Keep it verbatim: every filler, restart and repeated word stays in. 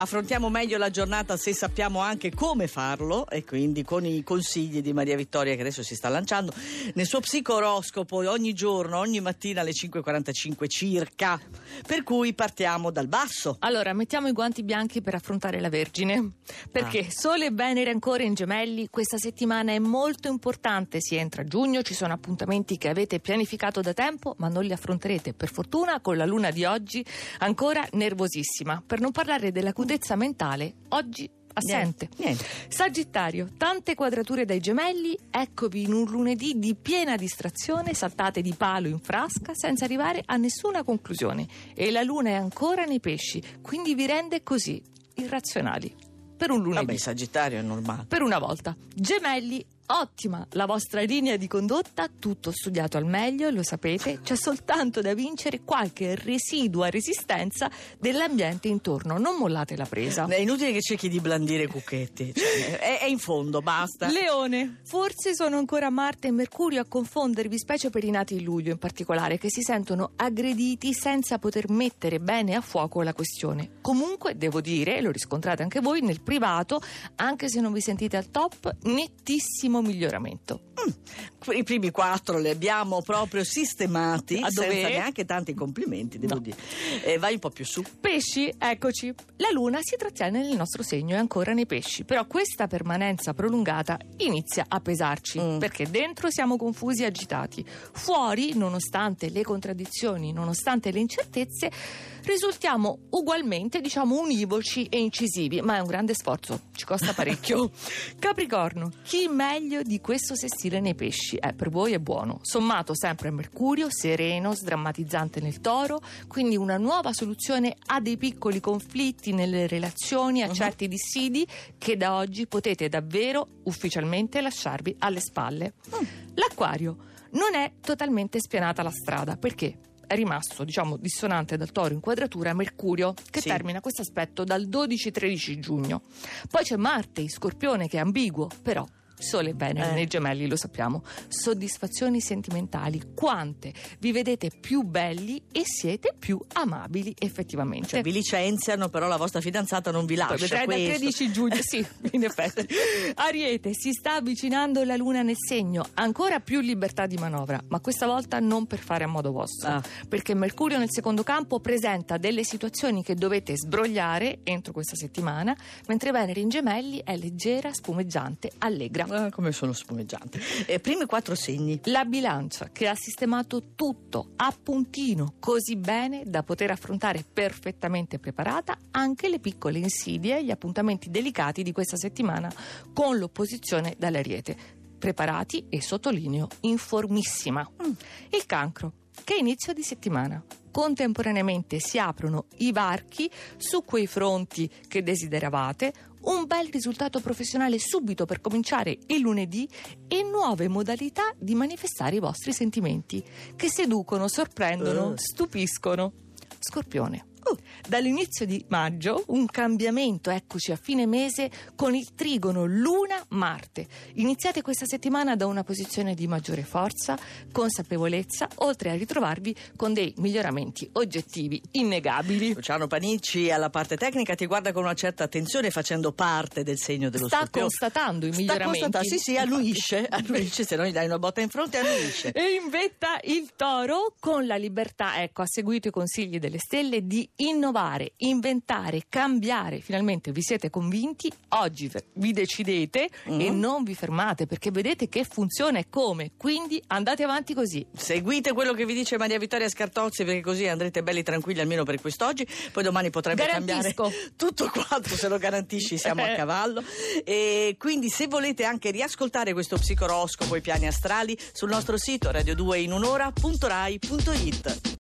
Affrontiamo meglio la giornata se sappiamo anche come farlo, e quindi con i consigli di Maria Vittoria, che adesso si sta lanciando nel suo psicoroscopo ogni giorno, ogni mattina alle cinque e quarantacinque circa. Per cui partiamo dal basso. Allora, mettiamo i guanti bianchi per affrontare la Vergine, perché ah. Sole, Venere ancora in Gemelli, questa settimana è molto importante. Si entra a giugno, ci sono appuntamenti che avete pianificato da tempo ma non li affronterete, per fortuna, con la luna di oggi ancora nervosissima, per non parlare della mentale oggi assente. Niente, niente. Sagittario, tante quadrature dai Gemelli, eccovi in un lunedì di piena distrazione, saltate di palo in frasca senza arrivare a nessuna conclusione, e la luna è ancora nei Pesci, quindi vi rende così irrazionali per un lunedì. Vabbè, Sagittario è normale. Per una volta. Gemelli, ottima la vostra linea di condotta, tutto studiato al meglio, lo sapete, c'è soltanto da vincere qualche residua resistenza dell'ambiente intorno, non mollate la presa. È inutile che cerchi di blandire Cucchetti, cioè, è, è in fondo, basta. Leone, forse sono ancora Marte e Mercurio a confondervi, specie per i nati in luglio in particolare, che si sentono aggrediti senza poter mettere bene a fuoco la questione. Comunque devo dire, lo riscontrate anche voi nel privato, anche se non vi sentite al top, nettissimo miglioramento. Mm. I primi quattro li abbiamo proprio sistemati, a senza dovere. Neanche tanti complimenti, devo no. dire. Eh, vai un po' più su. Pesci, eccoci. La luna si trattiene nel nostro segno, è ancora nei Pesci, però questa permanenza prolungata inizia a pesarci, mm. perché dentro siamo confusi e agitati. Fuori, nonostante le contraddizioni, nonostante le incertezze, risultiamo ugualmente, diciamo, univoci e incisivi, ma è un grande sforzo, ci costa parecchio. Capricorno, chi meglio di questo sestile nei Pesci? Eh, per voi è buono, sommato sempre a Mercurio, sereno, sdrammatizzante nel Toro, quindi una nuova soluzione a dei piccoli conflitti nelle relazioni, a uh-huh. certi dissidi che da oggi potete davvero ufficialmente lasciarvi alle spalle. Mm. L'Acquario, non è totalmente spianata la strada, perché è rimasto, diciamo, dissonante dal Toro in quadratura Mercurio, che sì. termina questo aspetto dal dodici tredici giugno. Poi c'è Marte in Scorpione, che è ambiguo, però Sole e Venere eh. nei Gemelli, lo sappiamo. Soddisfazioni sentimentali, quante? Vi vedete più belli e siete più amabili effettivamente. Cioè, vi licenziano, però la vostra fidanzata non vi lascia. Poi vedrai dal tredici giugno, sì, in effetti. Ariete, si sta avvicinando la luna nel segno, ancora più libertà di manovra, ma questa volta non per fare a modo vostro, ah. perché Mercurio nel secondo campo presenta delle situazioni che dovete sbrogliare entro questa settimana, mentre Venere in Gemelli è leggera, spumeggiante, allegra. Ah, come sono spumeggiante. Eh, primi quattro segni. La Bilancia, che ha sistemato tutto a puntino così bene da poter affrontare perfettamente preparata anche le piccole insidie e gli appuntamenti delicati di questa settimana con l'opposizione dall'Ariete. Preparati e, sottolineo, informissima. Mm. Il Cancro, che inizio di settimana. Contemporaneamente si aprono i varchi su quei fronti che desideravate, un bel risultato professionale subito per cominciare il lunedì e nuove modalità di manifestare i vostri sentimenti che seducono, sorprendono, uh. stupiscono. Scorpione. Uh, dall'inizio di maggio un cambiamento, eccoci a fine mese con il trigono Luna-Marte. Iniziate questa settimana da una posizione di maggiore forza, consapevolezza, oltre a ritrovarvi con dei miglioramenti oggettivi innegabili. Luciano Panicci alla parte tecnica ti guarda con una certa attenzione, facendo parte del segno dello Sta Scorpione. constatando i Sta miglioramenti. Constatando, sì, sì, annuisce, annuisce, se non gli dai una botta in fronte annuisce. E in vetta il Toro, con la libertà, ecco, ha seguito i consigli delle stelle di innovare, inventare, cambiare. Finalmente vi siete convinti, oggi vi decidete mm. e non vi fermate, perché vedete che funziona e come, quindi andate avanti così. Seguite quello che vi dice Maria Vittoria Scartozzi, perché così andrete belli tranquilli almeno per quest'oggi, poi domani potrebbe Garantisco. cambiare tutto quanto, se lo garantisci siamo a cavallo. E quindi se volete anche riascoltare questo psicoroscopo, i piani astrali, sul nostro sito radio due in un'ora punto rai punto it.